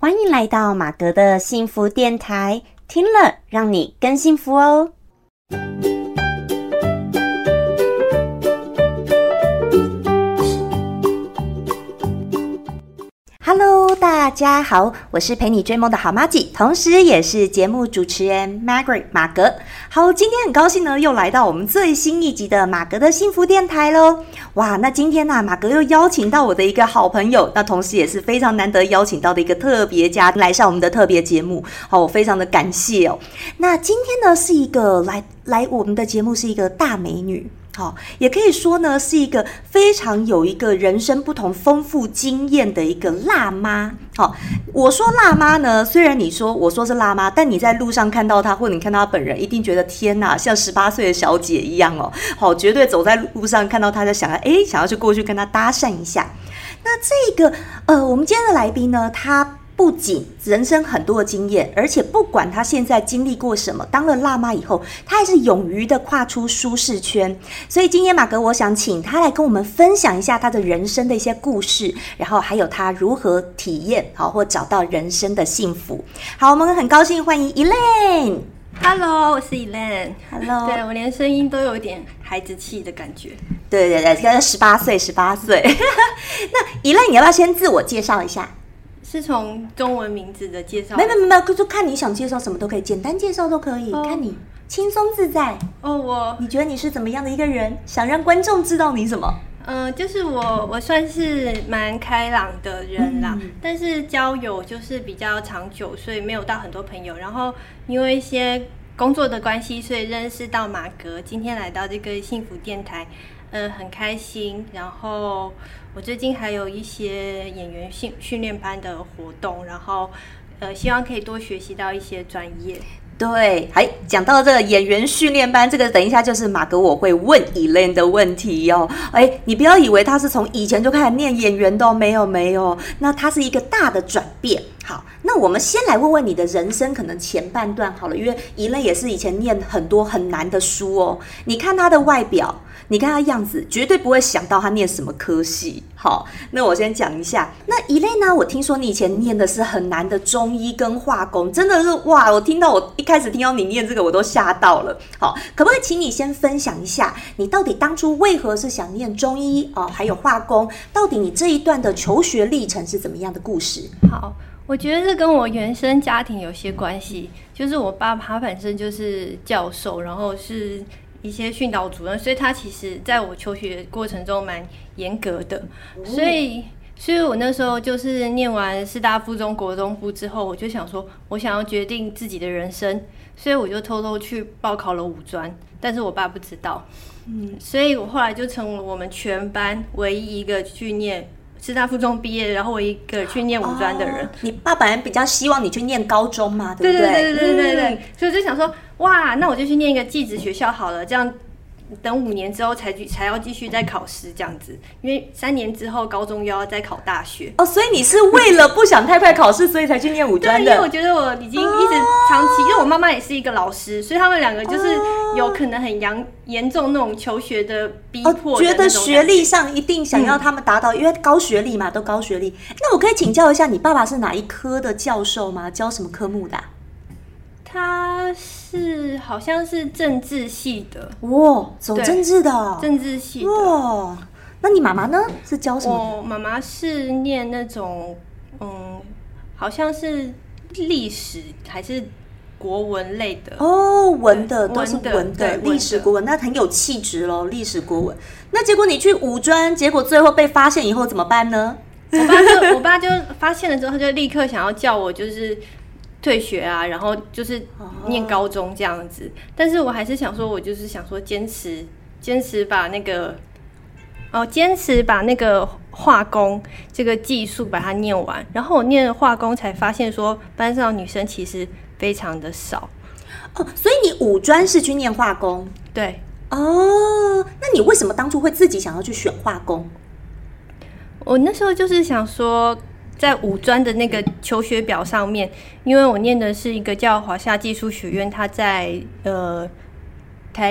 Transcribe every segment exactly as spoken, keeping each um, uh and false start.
欢迎来到马格的幸福电台，听了让你更幸福哦。Hello， 大家好，我是陪你追梦的好妈吉，同时也是节目主持人 Margaret 马格。好，今天很高兴呢，又来到我们最新一集的马格的幸福电台咯。哇，那今天呢、啊，马格又邀请到我的一个好朋友，那同时也是非常难得邀请到的一个特别嘉宾来上我们的特别节目。好，我非常的感谢哦。那今天呢，是一个来来我们的节目是一个大美女。好，也可以说呢，是一个非常有一个人生不同丰富经验的一个辣妈。好，我说辣妈呢，虽然你说我说是辣妈，但你在路上看到她，或者你看到她本人，一定觉得天哪，像十八岁的小姐一样哦。好，绝对走在路上看到她就想要，哎，想要去过去跟她搭讪一下。那这个呃，我们今天的来宾呢，她不仅人生很多的经验，而且不管他现在经历过什么，当了辣妈以后，他还是勇于的跨出舒适圈。所以今天马格，我想请他来跟我们分享一下他的人生的一些故事，然后还有他如何体验好或找到人生的幸福。好，我们很高兴欢迎 Elaine。Hello， 我是 Elaine。Hello， 对，我连声音都有点孩子气的感觉。 对对对，现在十八岁，十八岁。那 Elaine， 你要不要先自我介绍一下？ 是从中文名字的介绍？ 没有没有没有，就看你想介绍什么都可以，简单介绍都可以， oh. 看你轻松自在。 哦、oh, ，我你觉得你是怎么样的一个人？想让观众知道你什么？ 嗯、呃，就是我我算是蛮开朗的人啦、嗯，但是交友就是比较长久，所以没有到很多朋友。然后因为一些工作的关系，所以认识到马格，今天来到这个幸福电台。呃，很开心。然后我最近还有一些演员训训练班的活动，然后呃，希望可以多学习到一些专业。 对，还讲到这个演员训练班，这个等一下就是马格我会问 Elaine 的问题哦。哎，你不要以为他是从以前就开始念演员的哦，没有没有，那他是一个大的转变。好，那我们先来问问你的人生可能前半段好了，因为 Elaine 也是以前念很多很难的书哦。你看他的外表，你看他样子，绝对不会想到他念什么科系。好，那我先讲一下。那 Elaine 呢？我听说你以前念的是很难的中医跟化工，真的是哇！我听到我一开始听到你念这个，我都吓到了。好，可不可以请你先分享一下，你到底当初为何是想念中医哦，还有化工？到底你这一段的求学历程是怎么样的故事？ 好，我觉得这跟我原生家庭有些关系，就是我爸他本身就是教授，然后是一些训导主任，所以他其实在我求学过程中蛮严格的，所以所以我那时候就是念完师大附中国中部之后，我就想说我想要决定自己的人生，所以我就偷偷去报考了五专，但是我爸不知道，嗯，所以我后来就成为我们全班唯一一个去念师大附中毕业，然后我一个去念五专的人、哦。 你爸本来比较希望你去念高中嘛，对不对？ 对对对对对对、嗯、所以我就想说，哇，那我就去念一个技职学校好了，这样等五年之后才才要继续再考试这样子，因为三年之后高中又要再考大学。 哦，所以你是为了不想太快考试，所以才去念五专的。 对，因为我觉得我已经一直长期，哦、因为我妈妈也是一个老师，所以他们两个就是有可能很严严重那种求学的逼迫的那种、哦、 觉得学历上一定想要他们达到、嗯，因为高学历嘛，都高学历。那我可以请教一下，你爸爸是哪一科的教授吗？教什么科目的、啊？ 他是好像是政治系的。 哇，走政治的、哦、 政治系的。 哇，那你妈妈呢？是教什么？ 我妈妈是念那种嗯，好像是历史还是国文类的。 哦，文的都是文的，历史国文，那很有气质咯，历史国文。那结果你去五专，结果最后被发现以后怎么办呢？ 我爸就我爸就发现了之后，他就立刻想要叫我就是退学啊，然后就是念高中这样子。哦、但是我还是想说，我就是想说坚持坚持把那个哦，坚持把那个化工这个技术把它念完。然后我念了化工，才发现说班上女生其实非常的少。 哦，所以你五专是去念化工？ 对。 哦，那你为什么当初会自己想要去选化工？ 我那时候就是想说，在五专的那个求学表上面，因为我念的是一个叫华夏技术学院，它在呃台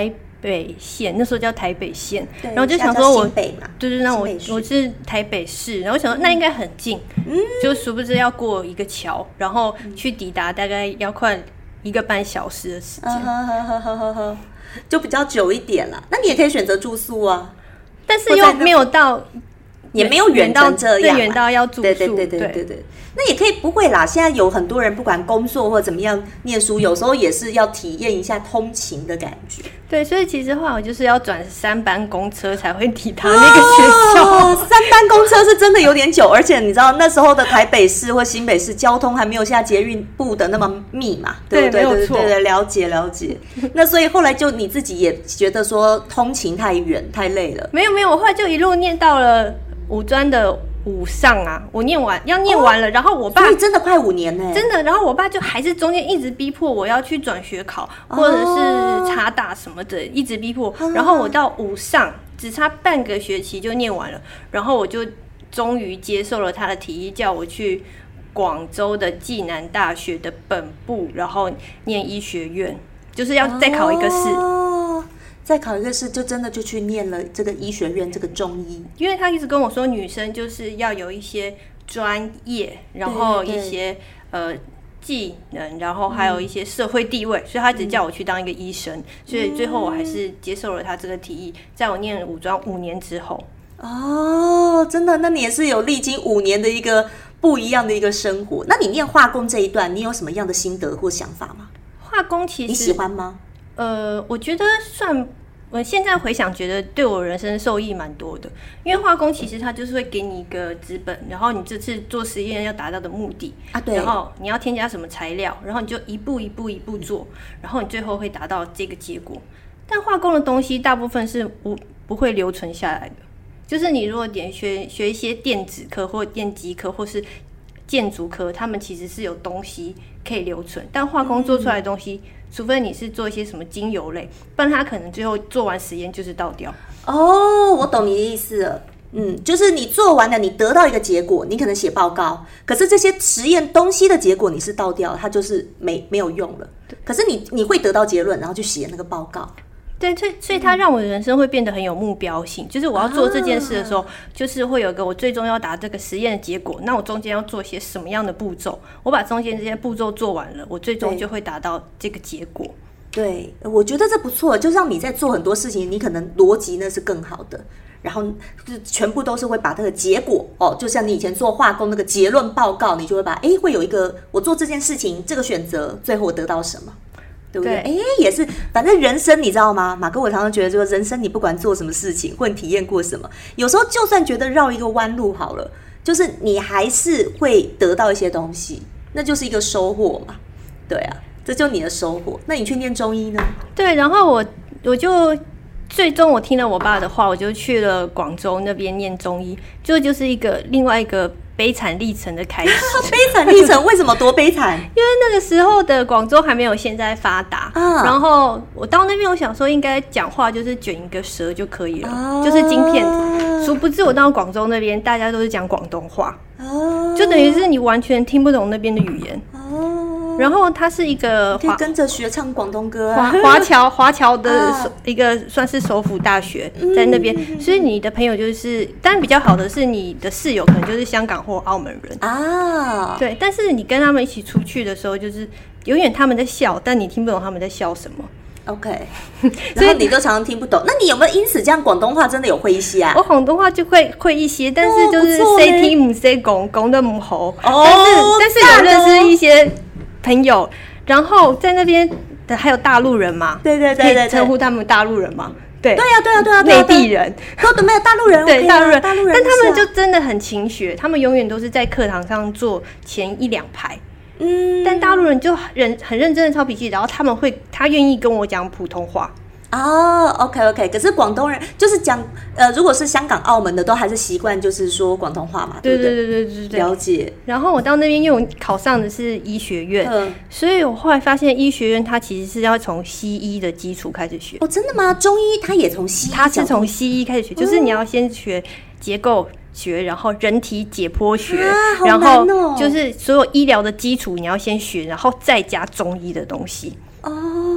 北县，那时候叫台北县， 然后就想说我， 对对对，那我我是台北市，然后想说那应该很近，嗯，就殊不知要过一个桥，然后去抵达大概要快一个半小时的时间， 嗯、就比较久一点啦。那你也可以选择住宿啊， 但是又没有到。 也没有远成这样， 远到要住宿， 对对对对对 对, 对。那也可以不会啦。现在有很多人不管工作或怎么样念书，有时候也是要体验一下通勤的感觉。 对，所以其实后来我就是要转三班公车才会抵达那个学校。 哦、三班公车是真的有点久，而且你知道那时候的台北市或新北市交通还没有现在捷运部的那么密嘛，对不对？ 对，没有错。 对对对，了解了解。那所以后来就你自己也觉得说通勤太远太累了。 没有没有，我后来就一路念到了五专的五上啊，我念完要念完了，哦、然后我爸所以真的快五年呢， 真的。然后我爸就还是中间一直逼迫我要去转学考，哦、或者是插大什么的，一直逼迫。哦、然后我到五上只差半个学期就念完了，然后我就终于接受了他的提议，叫我去广州的暨南大学的本部，然后念医学院，就是要再考一个试。 哦，再考一个试，就真的就去念了这个医学院，这个中医。 因为他一直跟我说，女生就是要有一些专业，然后一些呃技能，然后还有一些社会地位，嗯、所以他只叫我去当一个医生。嗯、所以最后我还是接受了他这个提议，在我念五专五年之后。 哦，真的，那你也是有历经五年的一个不一样的一个生活。那你念化工这一段，你有什么样的心得或想法吗？ 化工其实你喜欢吗？ 呃，我觉得算，我现在回想，觉得对我人生受益蛮多的。因为化工其实它就是会给你一个资本，然后你这次做实验要达到的目的啊，对， 然后你要添加什么材料，然后你就一步一步一步做，然后你最后会达到这个结果。但化工的东西大部分是不不会留存下来的，就是你如果点学学一些电子科或电机科或是建筑科，他们其实是有东西可以留存，但化工做出来的东西。嗯，除非你是做一些什么精油类，不然它可能最后做完实验就是倒掉。 哦，我懂你的意思了。嗯，就是你做完了，你得到一个结果，你可能写报告，可是这些实验东西的结果你是倒掉，它就是没没有用了。可是你你会得到结论，然后去写那个报告。 对，所以所以它让我的人生会变得很有目标性，就是我要做这件事的时候，啊、就是会有一个我最终要达这个实验的结果，那我中间要做些什么样的步骤，我把中间这些步骤做完了，我最终就会达到这个结果。 对，我觉得这不错，就让你在做很多事情，你可能逻辑呢是更好的，然后就全部都是会把这个结果哦，就像你以前做化工那个结论报告，你就会把哎会有一个我做这件事情这个选择，最后我得到什么。对不对？哎，也是，反正人生你知道吗？马哥，我常常觉得，就是人生你不管做什么事情，或你体验过什么，有时候就算觉得绕一个弯路好了，就是你还是会得到一些东西，那就是一个收获嘛。对啊，这就是你的收获。那你去念中医呢？ 对，然后我我就最终我听了我爸的话，我就去了广州那边念中医，就就是一个另外一个悲惨历程的开始。 悲惨历程为什么多悲惨？ 因为那个时候的广州还没有现在发达，啊、然后我到那边，我想说应该讲话就是卷一个舌就可以了，啊、就是金片子。殊不知我到广州那边，大家都是讲广东话，啊、就等于是你完全听不懂那边的语言。啊然后它是一个可以跟着学唱广东歌啊， 华侨华侨的一个算是首府大学在那边，嗯、所以你的朋友就是，当然比较好的是你的室友可能就是香港或澳门人啊，对，但是你跟他们一起出去的时候，就是永远他们在笑，但你听不懂他们在笑什么。 OK， 所以你都常常听不懂。那你有没有因此这样广东话真的有会一些啊？ 我广东话就会会一些，但是就是谁听不谁讲，讲得不好。哦，但是但是有认识一些朋友，然后在那边的还有大陆人嘛？ 对对对对， 称呼他们大陆人嘛？对对呀对呀对呀， 内地人都没有大陆人， 对大陆人，大陆人，但他们就真的很勤学，他们永远都是在课堂上坐前一两排。嗯，但大陆人就很很认真的抄笔记，然后他们会，他愿意跟我讲普通话。 哦 ，OK OK， 可是广东人就是讲，呃，如果是香港、澳门的，都还是习惯就是说广东话嘛，对不对？ 对对对对对， 了解。 然后我到那边，因为我考上的是医学院，嗯，所以我后来发现医学院它其实是要从西医的基础开始学。 哦，真的吗？中医它也从西医？ 它是从西医开始学，就是你要先学结构学，然后人体解剖学， 啊哦、 然后就是所有医疗的基础你要先学，然后再加中医的东西。 哦，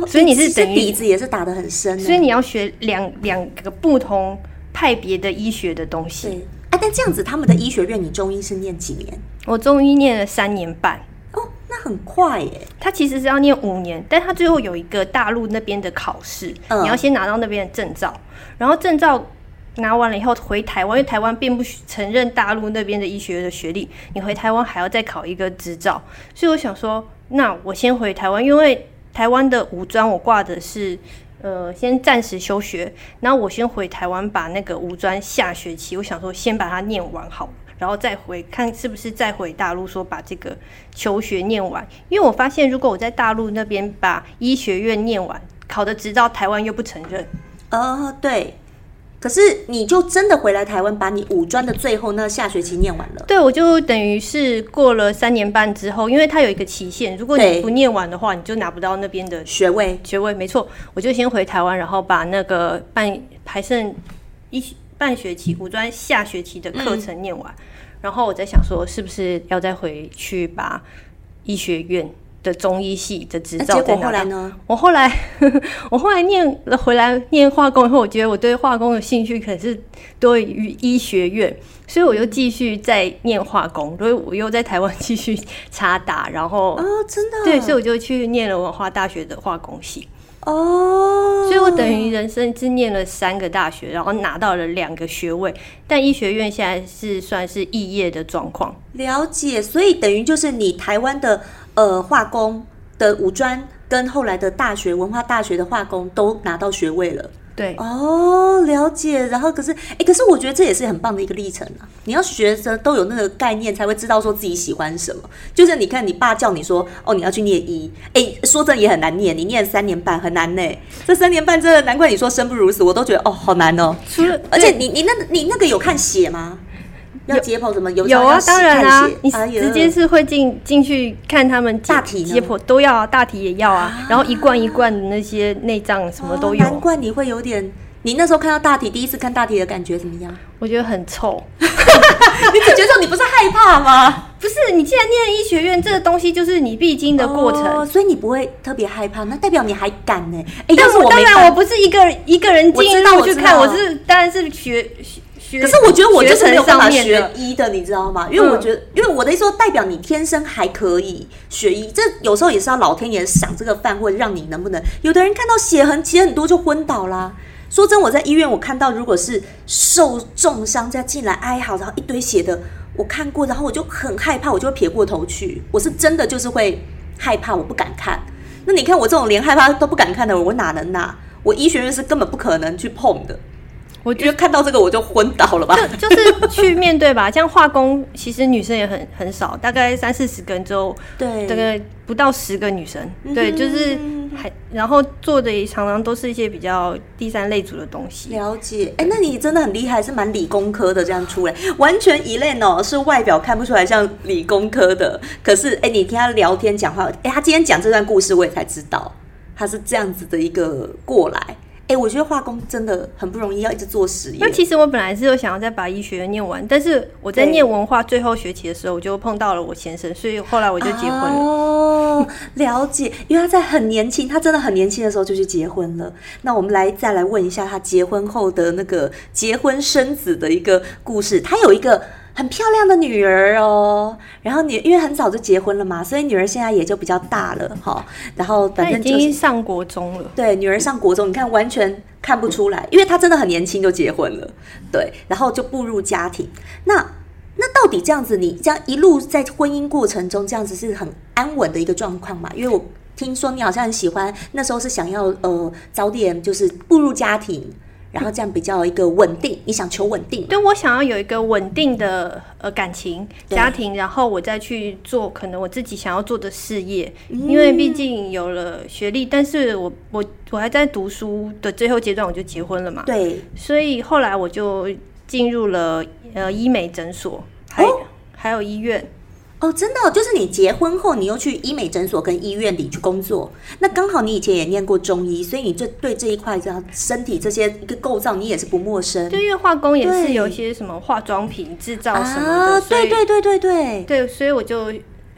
所以你是等于底子也是打得很深， 所以你要学两两个不同派别的医学的东西。 对啊，但这样子他们的医学院，你中医是念几年？ 我中医念了三年半。 哦，那很快耶。 他其实是要念五年，但他最后有一个大陆那边的考试，嗯、你要先拿到那边的证照，然后证照拿完了以后回台湾，因为台湾并不承认大陆那边的医学院的学历，你回台湾还要再考一个执照。所以我想说，那我先回台湾，因为台湾的五专我挂的是。呃，先暂时休学，然后我先回台湾把那个五专下学期，我想说先把它念完好了，然后再回看是不是再回大陆说把这个求学念完。因为我发现如果我在大陆那边把医学院念完，考的执照台湾又不承认。 呃，对。可是你就真的回来台湾，把你五专的最后那下学期念完了。 对，我就等于是过了三年半之后，因为它有一个期限，如果你不念完的话，你就拿不到那边的学位。 学位没错，我就先回台湾，然后把那个半还剩一半学期五专下学期的课程念完，嗯、然后我在想说，是不是要再回去把医学院的中医系的执照再拿到。结果后来呢？我后来我后来念了回来念化工以后，我觉得我对化工的兴趣可能是多于医学院，所以我又继续在念化工，所以我又在台湾继续插打，然后哦，真的对，所以我就去念了文化大学的化工系。 哦， 所以我等于人生只念了三个大学，然后拿到了两个学位，但医学院现在是算是肄业的状况。 了解，所以等于就是你台湾的呃化工的五专跟后来的大学文化大学的化工都拿到学位了。 对， 哦，了解。然后可是，哎，可是我觉得这也是很棒的一个历程啊！你要学生都有那个概念，才会知道说自己喜欢什么。就是你看，你爸叫你说，哦，你要去念医，哎，说真的也很难念，你念三年半很难呢。这三年半真的难怪你说生不如死，我都觉得哦，好难哦。除了，而且你你那你那个有看血吗？要解剖什么？有有啊，当然啊，你直接是会进进去看他们大体解剖都要啊，大体也要啊，啊然后一罐一罐的那些内脏什么都有、 哦。难怪你会有点，你那时候看到大体，第一次看大体的感觉怎么样？ 我觉得很臭。 你只觉得你不是害怕吗？ 不是，你既然念医学院，这个东西就是你必经的过程， 哦、所以你不会特别害怕，那代表你还敢呢。哎， 但是我当然我不是一个一个人进入去看，我是当然是学。 可是我觉得我就是没有办法学医的，你知道吗？因为我觉得，嗯、因为我的意思说，代表你天生还可以学医。这有时候也是要老天爷赏这个饭，或者让你能不能。有的人看到血痕其实很多就昏倒啦。说真，我在医院我看到，如果是受重伤再进来哀嚎，然后一堆血的，我看过，然后我就很害怕，我就会撇过头去。我是真的就是会害怕，我不敢看。那你看我这种连害怕都不敢看的人，我哪能拿？我医学院是根本不可能去碰的。我觉得看到这个我就昏倒了吧， 就就是去面对吧。像化工，其实女生也很很少，大概三四十个人之后， 对， 大概不到十个女生，嗯、对，就是还然后做的也常常都是一些比较第三类组的东西。 了解，哎、欸，那你真的很厉害，是蛮理工科的这样出来，完全Elaine哦，是外表看不出来像理工科的，可是哎、欸，你听他聊天讲话，哎、欸，他今天讲这段故事，我也才知道他是这样子的一个过来。哎、欸，我觉得化工真的很不容易，要一直做实验。 那其实我本来是有想要再把医学院念完，但是我在念文化最后学期的时候，我就碰到了我先生，所以后来我就结婚了。 哦，了解，因为他在很年轻，他真的很年轻的时候就去结婚了。那我们来再来问一下他结婚后的那个结婚生子的一个故事。他有一个很漂亮的女儿哦，然后女因为很早就结婚了嘛，所以女儿现在也就比较大了哈。然后反正、就是、 已经上国中了， 对，女儿上国中，你看完全看不出来，因为她真的很年轻就结婚了，对，然后就步入家庭。那那到底这样子，你这样一路在婚姻过程中，这样子是很安稳的一个状况嘛？因为我听说你好像很喜欢，那时候是想要呃早点就是步入家庭。然后这样比较一个稳定，你想求稳定？ 对，我想要有一个稳定的呃感情家庭，然后我再去做可能我自己想要做的事业。嗯、因为毕竟有了学历，但是我我我还在读书的最后阶段，我就结婚了嘛。 对， 所以后来我就进入了呃医美诊所，还、哦、还有医院。 哦，真的、哦，就是你结婚后，你又去医美诊所跟医院里去工作。那刚好你以前也念过中医，所以你这对这一块这样身体这些一个构造，你也是不陌生。 对，因为化工也是有一些什么化妆品制造什么的， 啊，对对对对对对，所以我就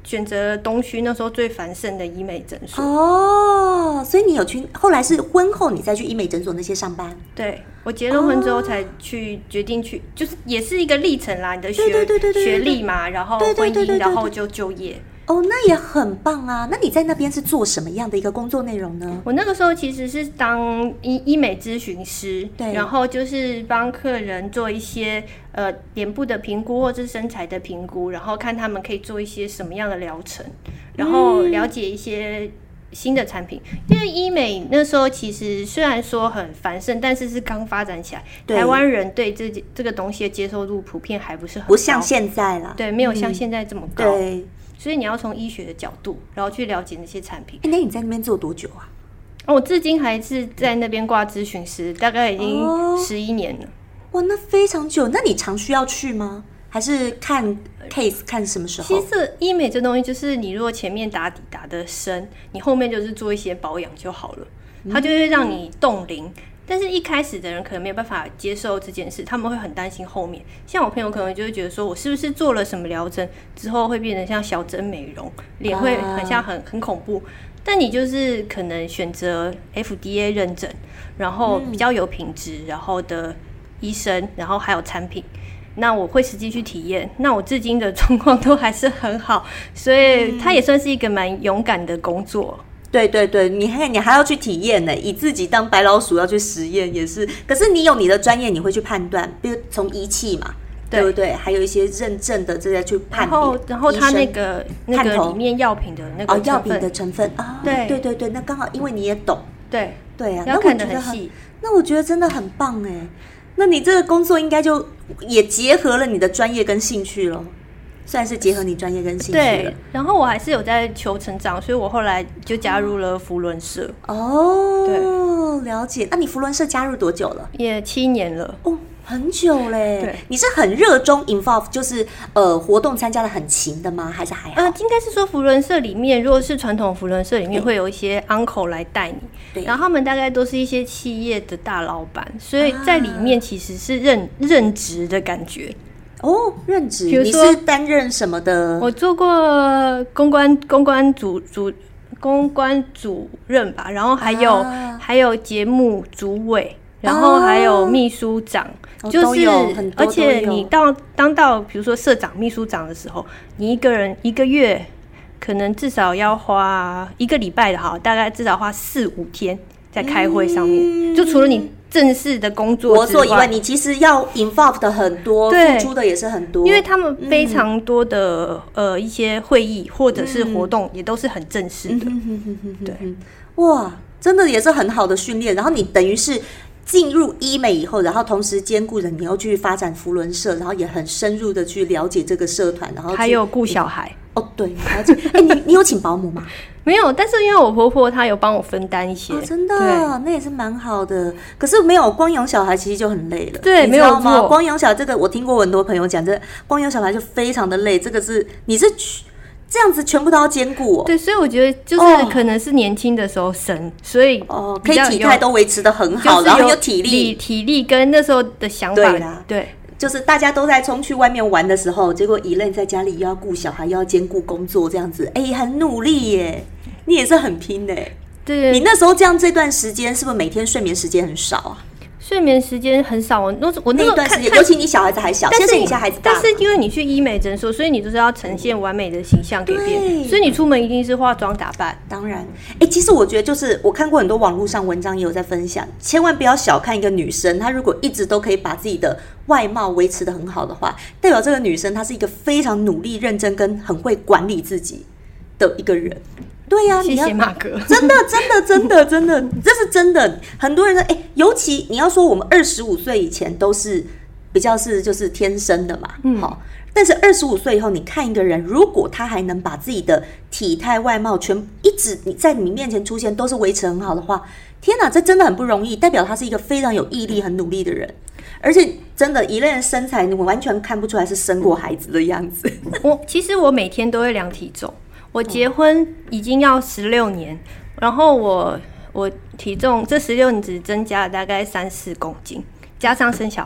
选择东区那时候最繁盛的医美诊所。 哦，所以你有去，后来是婚后你再去医美诊所那些上班？ 对，我结了婚之后才去决定去，就是也是一个历程啦，你的学对对对对对对学历嘛，然后婚姻，然后就就业。 哦，那也很棒啊！那你在那边是做什么样的一个工作内容呢？ 我那个时候其实是当医医美咨询师，对，然后就是帮客人做一些呃脸部的评估或是身材的评估，然后看他们可以做一些什么样的疗程，然后了解一些新的产品。嗯、因为医美那时候其实虽然说很繁盛，但是是刚发展起来，台湾人对这这个东西的接受度普遍还不是很高， 不像现在啦， 对，没有像现在这么高。 嗯、对。 所以你要从医学的角度，然后去了解那些产品。 欸、那你在那边做多久啊？ 我至今还是在那边挂咨询师，大概已经十一年了、哦。 哇，那非常久。那你常需要去吗？还是看 case 看什么时候？ 其实医美这东西就是你如果前面打底打得深，你后面就是做一些保养就好了，它就会让你冻龄。但是一开始的人可能没有办法接受这件事，他们会很担心后面。像我朋友可能就会觉得说，我是不是做了什么疗程之后会变成像小针美容，脸会很像很很恐怖。但你就是可能选择 F D A 认证，然后比较有品质，然后的医生，然后还有产品。那我会实际去体验，那我至今的状况都还是很好，所以它也算是一个蛮勇敢的工作。 对对对，你还你还要去体验呢，以自己当白老鼠要去实验也是。可是你有你的专业，你会去判断，比如从仪器嘛， 对, 对不对？还有一些认证的这些去判别。 然后，然后它那个那个里面药品的那个哦，药品的成分啊、哦，对对对对，那刚好因为你也懂， 对对啊， 要看得很细。 那我觉得真的很棒哎，那你这个工作应该就也结合了你的专业跟兴趣了。算是结合你专业跟兴趣了。 对，然后我还是有在求成长，所以我后来就加入了扶轮社。 哦，对，了解。那、啊、你扶轮社加入多久了？ 也七年了。 哦，很久嘞。 对， 你是很热衷 involve， 就是呃活动参加的很勤的吗？还是还好？ 呃，应该是说扶轮社里面，如果是传统扶轮社里面会有一些 uncle 来带你，对，然后他们大概都是一些企业的大老板，所以在里面其实是任、啊、任职的感觉。 哦，任职，你是担任什么的？ 我做过公关公关主主公关主任吧，然后还有、啊、还有节目主委，然后还有秘书长， 啊、 就是而且你到当到比如说社长、秘书长的时候，你一个人一个月可能至少要花一个礼拜的好，大概至少花四五天在开会上面，嗯、就除了你正式的工作之外， 以外，你其实要 involve 的很多，付出的也是很多， 因为他们非常多的、嗯、呃一些会议或者是活动也都是很正式的，嗯、对， 哇，真的也是很好的训练。然后你等于是进入医美以后，然后同时兼顾着你要去发展扶轮社，然后也很深入的去了解这个社团，然后还有顾小孩。 哦，对，了解。哎、欸，你你有请保姆吗？ 没有，但是因为我婆婆她有帮我分担一些， 哦、真的，那也是蛮好的。可是没有光养小孩，其实就很累了， 对， 你知道吗？ 没有错。 光养小孩这个，我听过很多朋友讲，这光养小孩就非常的累。这个是你是这样子全部都要兼顾哦。 对，所以我觉得就是可能是年轻的时候生，哦、所以哦，可以体态都维持得很好，然后有体力、 体力跟那时候的想法， 对啦， 对。 就是大家都在冲去外面玩的时候，结果Elaine在家里又要顾小孩，又要兼顾工作，这样子，哎、欸，很努力耶，你也是很拼的。 对， 你那时候这样这段时间，是不是每天睡眠时间很少啊？ 睡眠时间很少，我那我那一段时间，尤其你小孩子还小，现在你现在孩子大， 但是因为你去医美诊所，所以你就是要呈现完美的形象给别人，所以你出门一定是化妆打扮。 当然，哎、欸，其实我觉得就是我看过很多网络上文章也有在分享，千万不要小看一个女生，她如果一直都可以把自己的外貌维持得很好的话，代表这个女生她是一个非常努力、认真跟很会管理自己的一个人。对呀、啊， 谢谢马哥， 真的，真的，真的，真的，这是真的。很多人说，哎、欸，尤其你要说我们二十五岁以前都是比较是就是天生的嘛，嗯，好。但是二十五岁以后，你看一个人，如果他还能把自己的体态、外貌全一直你在你面前出现都是维持很好的话，天哪，这真的很不容易，代表他是一个非常有毅力、很努力的人。而且真的，一类人身材，你完全看不出来是生过孩子的样子。 我其实我每天都会量体重。我结婚已经要十六年，然后我我体重这十六年只增加了大概三四公斤，加上生小孩。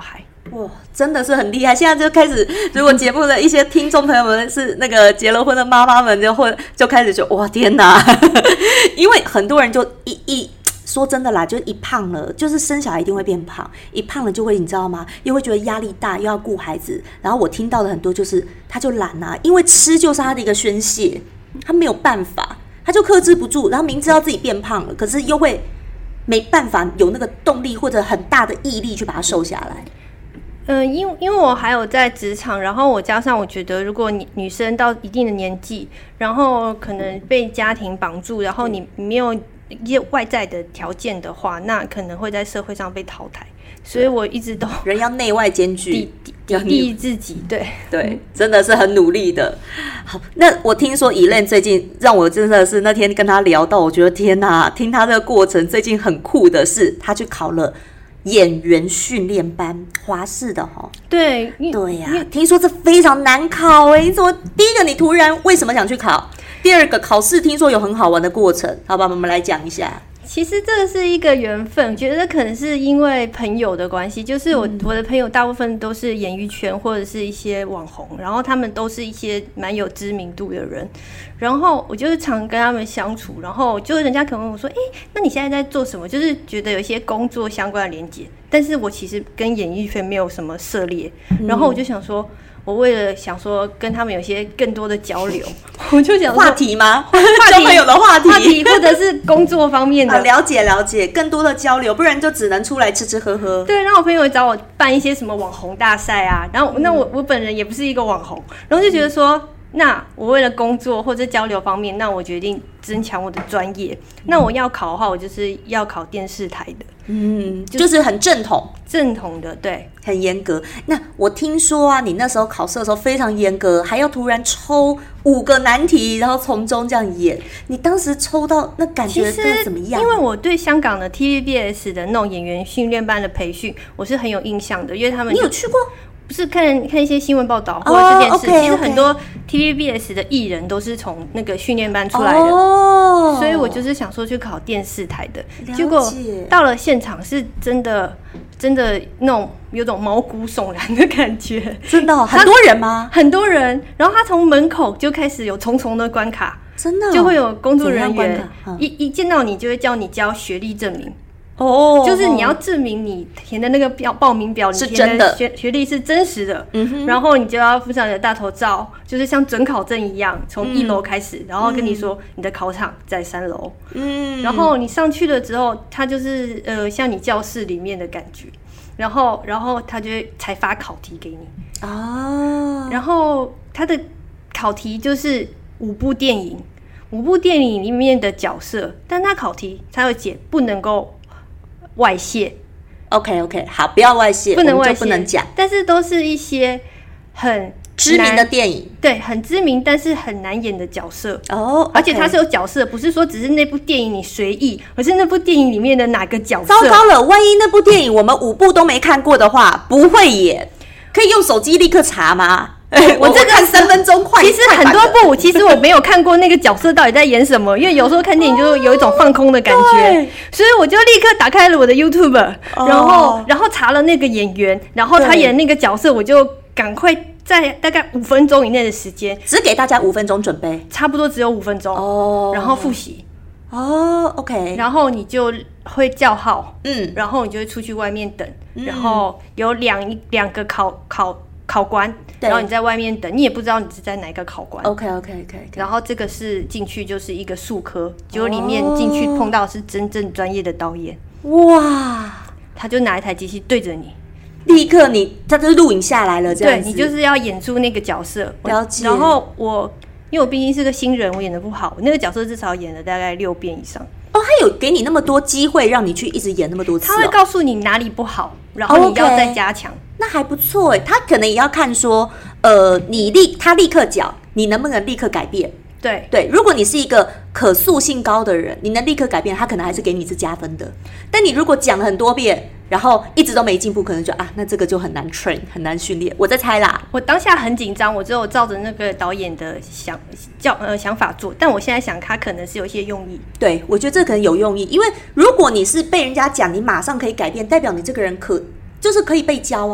哇，真的是很厉害！现在就开始，如果节目的一些听众朋友们是那个结了婚的妈妈们，就会就开始觉得哇天哪，因为很多人就一一说真的啦，就一胖了，就是生小孩一定会变胖，一胖了就会你知道吗？又会觉得压力大，又要顾孩子。然后我听到的很多就是他就懒啊，因为吃就是他的一个宣泄，他没有办法，他就克制不住，然后明知道自己变胖了，可是又会没办法有那个动力或者很大的毅力去把它瘦下来。 嗯，因为因为我还有在职场，然后我加上我觉得，如果你女生到一定的年纪，然后可能被家庭绑住，然后你没有一些外在的条件的话，那可能会在社会上被淘汰。所以我一直都人要内外兼具， 砥砺自己，对对，真的是很努力的。好，那我听说Elaine最近让我真的是那天跟他聊到，我觉得天哪，听他这个过程，最近很酷的是，他去考了演员训练班，华视的齁。 对对呀、啊，听说这非常难考哎、欸，你怎么第一个你突然为什么想去考？第二个考试听说有很好玩的过程，好吧，我们来讲一下。 其实这是一个缘分，觉得可能是因为朋友的关系，就是我、嗯、我的朋友大部分都是演艺圈或者是一些网红，然后他们都是一些蛮有知名度的人，然后我就是常跟他们相处，然后就人家可能问我说，哎、欸，那你现在在做什么？就是觉得有一些工作相关的连结，但是我其实跟演艺圈没有什么涉猎，然后我就想说。我为了想说跟他们有一些更多的交流，我就想说话题吗？ 话题， 交朋友的话题， 话题或者是工作方面的、 啊、了解了解，更多的交流，不然就只能出来吃吃喝喝。 对，然后我朋友找我办一些什么网红大赛啊，然后那我我本人也不是一个网红，然后就觉得说。嗯那我为了工作或者交流方面，那我决定增强我的专业。那我要考的话，我就是要考电视台的， 嗯，就是、就是很正统， 正统的，对， 很严格。那我听说啊，你那时候考试的时候非常严格，还要突然抽五个难题，然后从中这样演。你当时抽到那感觉怎么样？ 因为我对香港的 T V B S 的那种演员训练班的培训，我是很有印象的，因为他们你有去过？ 不是看看一些新闻报道或者是电视， oh, okay, 其实很多 T V B S 的艺人都是从那个训练班出来的， oh, 所以我就是想说去考电视台的，结果到了现场是真的真的那种有种毛骨悚然的感觉， 真的、哦、很多人吗？ 很多人，然后他从门口就开始有重重的关卡， 真的、哦、 就会有工作人员、 嗯、 一一见到你就会叫你交学历证明。 哦、oh, 就是你要证明你填的那个表报名表， 是真的， 学学历是真实的， 嗯哼， 然后你就要附上你的大头照，就是像准考证一样，从一楼开始、嗯，然后跟你说你的考场在三楼，嗯，然后你上去了之后，它就是呃像你教室里面的感觉，然后然后他就会才发考题给你哦， 然后他的考题就是五部电影，五部电影里面的角色，但他考题他会写不能够外泄 ，OK OK， 好，不要外泄， 不能外泄， 不能讲， 但是都是一些很知名的电影， 对，很知名但是很难演的角色哦， 而且它是有角色，不是说只是那部电影你随意，而是那部电影里面的哪个角色。 糟糕了，万一那部电影我们五部都没看过的话，不会演，可以用手机立刻查吗？ 我这个看三分钟快， 其实很多部，其实我没有看过那个角色到底在演什么，因为有时候看电影就有一种放空的感觉，所以我就立刻打开了我的 YouTube，、哦、然后然后查了那个演员，然后他演那个角色，我就赶快在大概五分钟以内的时间， 只给大家五分钟准备， 差不多只有五分钟哦，然后复习哦 ，OK， 然后你就会叫号， 嗯， 然后你就会出去外面等，嗯、然后有两两个考考。考官，然后你在外面等，你也不知道你是在哪一个考官。 OK OK OK。 然后这个是进去就是一个术科，结果里面进去碰到是真正专业的导演。 哇！ 他就拿一台机器对着你， 立刻你他就录影下来了，这样子。 对，你就是要演出那个角色。 了解。 然后我因为我毕竟是个新人，我演得不好，那个角色至少演了大概六遍以上。 哦，他有给你那么多机会让你去一直演那么多次、哦， 他会告诉你哪里不好，然后你要再加强。 Okay, 那还不错哎，他可能也要看说，呃，你立他立刻讲，你能不能立刻改变？ 对对，如果你是一个可塑性高的人，你能立刻改变，他可能还是给你是加分的。但你如果讲了很多遍，然后一直都没进步，可能就啊，那这个就很难 train， 很难训练。我在猜啦， 我当下很紧张，我只有照着那个导演的想叫呃想法做，但我现在想他可能是有一些用意。 对，我觉得这可能有用意，因为如果你是被人家讲，你马上可以改变，代表你这个人可就是可以被教啊。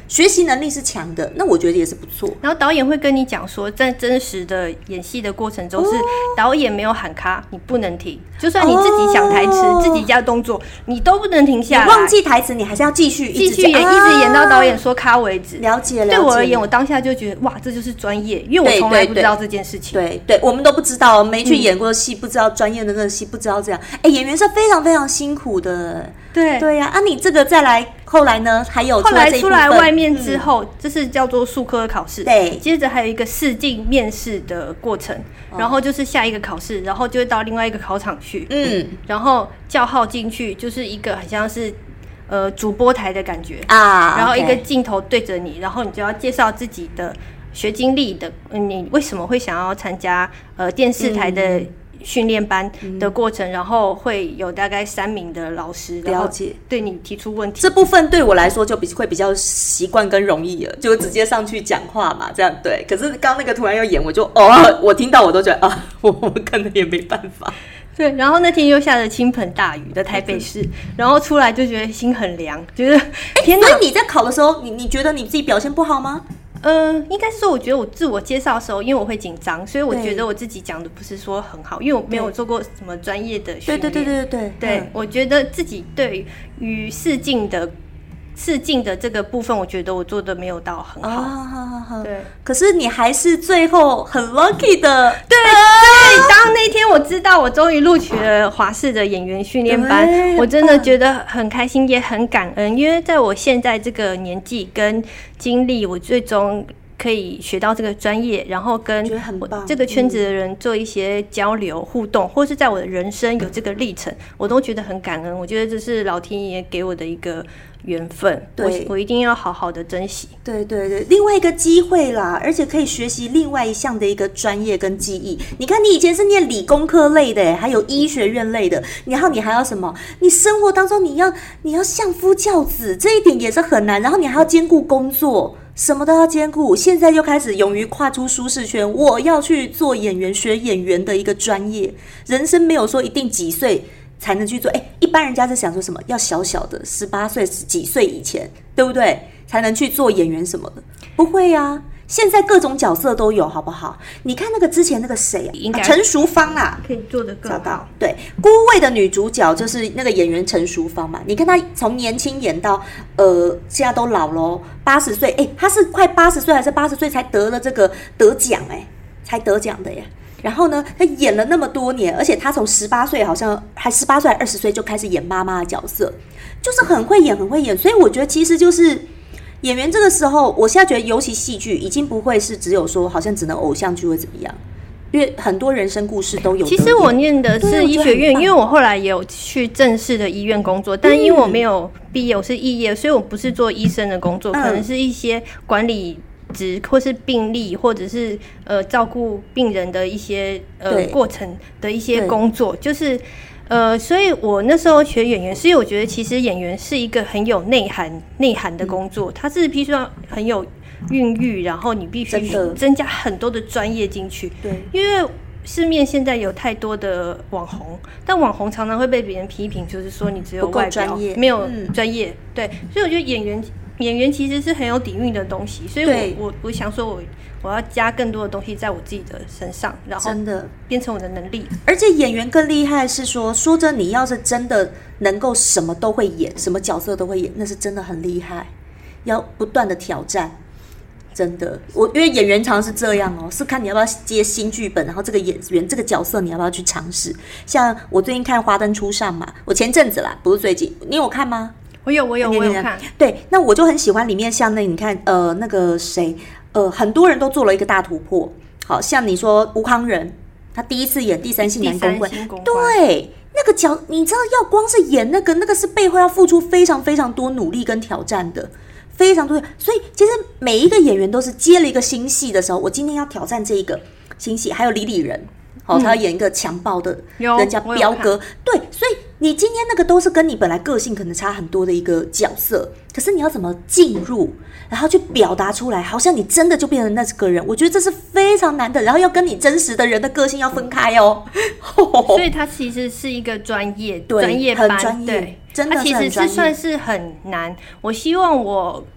学习能力是强的，那我觉得也是不错。 然后导演会跟你讲说，在真实的演戏的过程中，是导演没有喊卡，你不能停，就算你自己想台词、哦、自己加动作，你都不能停下来。 你忘记台词，你还是要继续继续演，啊、一直演到导演说卡为止。 了解，了解。 对我而言，我当下就觉得哇，这就是专业，因为我从来不知道这件事情。 对 对, 对, 对，我们都不知道，没去演过戏，嗯、不知道专业的那个戏，不知道这样。哎，演员是非常非常辛苦的。 对对呀、啊，啊，你这个再来，后来呢？还有后来出来外面之后，嗯、这是叫做术科考试。 对， 接着还有一个试镜面试的过程，哦、然后就是下一个考试，然后就会到另外一个考场去。嗯，然后叫号进去，就是一个很像是呃主播台的感觉啊，然后一个镜头对着你，然后你就要介绍自己的学经历的，嗯、你为什么会想要参加呃电视台的、嗯。训练班的过程、嗯，然后会有大概三名的老师， 了解， 对你提出问题。 这部分对我来说就比会比较习惯跟容易了，就直接上去讲话嘛，这样对。可是刚那个突然要演，我就哦，我听到我都觉得啊，我我可能也没办法。 对，然后那天又下了倾盆大雨的台北市，然后出来就觉得心很凉，觉得天哪！ 所以你在考的时候，你你觉得你自己表现不好吗？ 呃，应该是说，我觉得我自我介绍的时候，因为我会紧张，所以我觉得我自己讲的不是说很好，因为我没有做过什么专业的训练。 对对对对对对，嗯、我觉得自己对于试镜的试镜的这个部分，我觉得我做的没有到很好。 哦、好好好，对。可是你还是最后很 lucky 的， 对对。当那天我知道我终于录取了华视的演员训练班，我真的觉得很开心，也很感恩，因为在我现在这个年纪跟经历，我最终可以学到这个专业，然后跟我这个圈子的人做一些交流互动，或是在我的人生有这个历程，我都觉得很感恩。我觉得这是老天爷给我的一个缘分，对，我, 我一定要好好的珍惜。 对对对，另外一个机会啦，而且可以学习另外一项的一个专业跟技艺。你看，你以前是念理工科类的，还有医学院类的，然后你还要什么？你生活当中你要你要相夫教子，这一点也是很难。然后你还要兼顾工作。什么都要兼顾，现在就开始勇于跨出舒适圈，我要去做演员，学演员的一个专业。人生没有说一定几岁才能去做，哎，一般人家是想说什么要小小的十八岁几岁以前，对不对？才能去做演员什么的，不会啊。现在各种角色都有，好不好？你看那个之前那个谁啊，陈淑芳啊， 可以做得更好。 对，孤味的女主角就是那个演员陈淑芳嘛。你看她从年轻演到呃，现在都老了，八十岁，哎，她是快八十岁还是八十岁才得了这个得奖，哎，才得奖的耶。然后呢，她演了那么多年，而且她从十八岁好像还十八岁还二十岁就开始演妈妈的角色，就是很会演，很会演。所以我觉得其实就是。演员这个时候，我现在觉得，尤其戏剧已经不会是只有说，好像只能偶像剧会怎么样，因为很多人生故事都有。 其实我念的是医学院，因为我后来也有去正式的医院工作，但因为我没有毕业，我是肄业，所以我不是做医生的工作，嗯、可能是一些管理职或是病历，或者是呃照顾病人的一些呃过程的一些工作，就是。呃，所以我那时候学演员，是因为我觉得其实演员是一个很有内涵、内涵的工作，它是必须要很有孕育，然后你必须增加很多的专业进去。对，因为市面现在有太多的网红，但网红常常会被别人批评，就是说你只有外表，没有专业。嗯、对，所以我觉得演员演员其实是很有底蕴的东西，所以我我我想说我。我要加更多的东西在我自己的身上，然后真的变成我的能力。 而且演员更厉害是说，说真，你要是真的能够什么都会演，什么角色都会演，那是真的很厉害。要不断的挑战，真的。我因为演员常常是这样哦，是看你要不要接新剧本，然后这个演员这个角色你要不要去尝试。像我最近看《华灯初上》嘛，我前阵子啦，不是最近，你有看吗？ 我有，我有，我有看。 对，那我就很喜欢里面像那你看，呃，那个谁。呃，很多人都做了一个大突破，好像你说吴慷仁，他第一次演第三性男公关，对，那个角，你知道要光是演那个，那个是背后要付出非常非常多努力跟挑战的，非常多。所以其实每一个演员都是接了一个新戏的时候，我今天要挑战这一个新戏，还有李李仁，好、哦，他要演一个强暴的人家彪哥，对，所以你今天那个都是跟你本来个性可能差很多的一个角色，可是你要怎么进入？然后去表达出来，好像你真的就变成那个人，我觉得这是非常难的。然后要跟你真实的人的个性要分开哦。 所以它其实是一个专业专业班， 很专业， 对， 真的是很专业。 它其实是算是很难。我希望我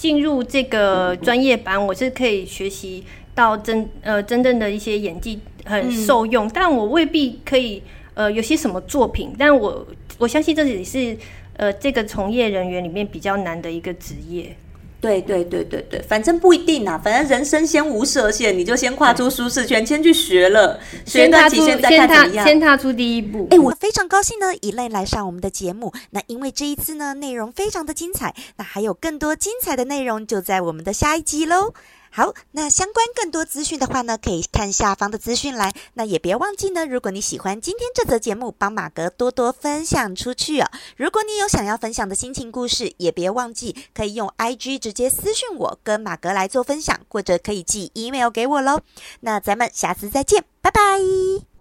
进入这个专业班，我是可以学习到真呃真正的一些演技很受用，嗯、但我未必可以呃有些什么作品，但我我相信这也是呃这个从业人员里面比较难的一个职业。 对对对对对，反正不一定啊，反正人生先无设限，你就先跨出舒适圈，先去学了，学一段期限再看怎么样， 先踏出第一步。 哎，我非常高兴呢，Elaine来上我们的节目。那因为这一次呢，内容非常的精彩，那还有更多精彩的内容就在我们的下一集喽。好，那相关更多资讯的话呢，可以看下方的资讯栏。那也别忘记呢，如果你喜欢今天这则节目，帮马哥多多分享出去哦。如果你有想要分享的心情故事，也别忘记可以用 I G 直接私讯我，跟马哥来做分享，或者可以寄 email 给我咯。那咱们下次再见，拜拜。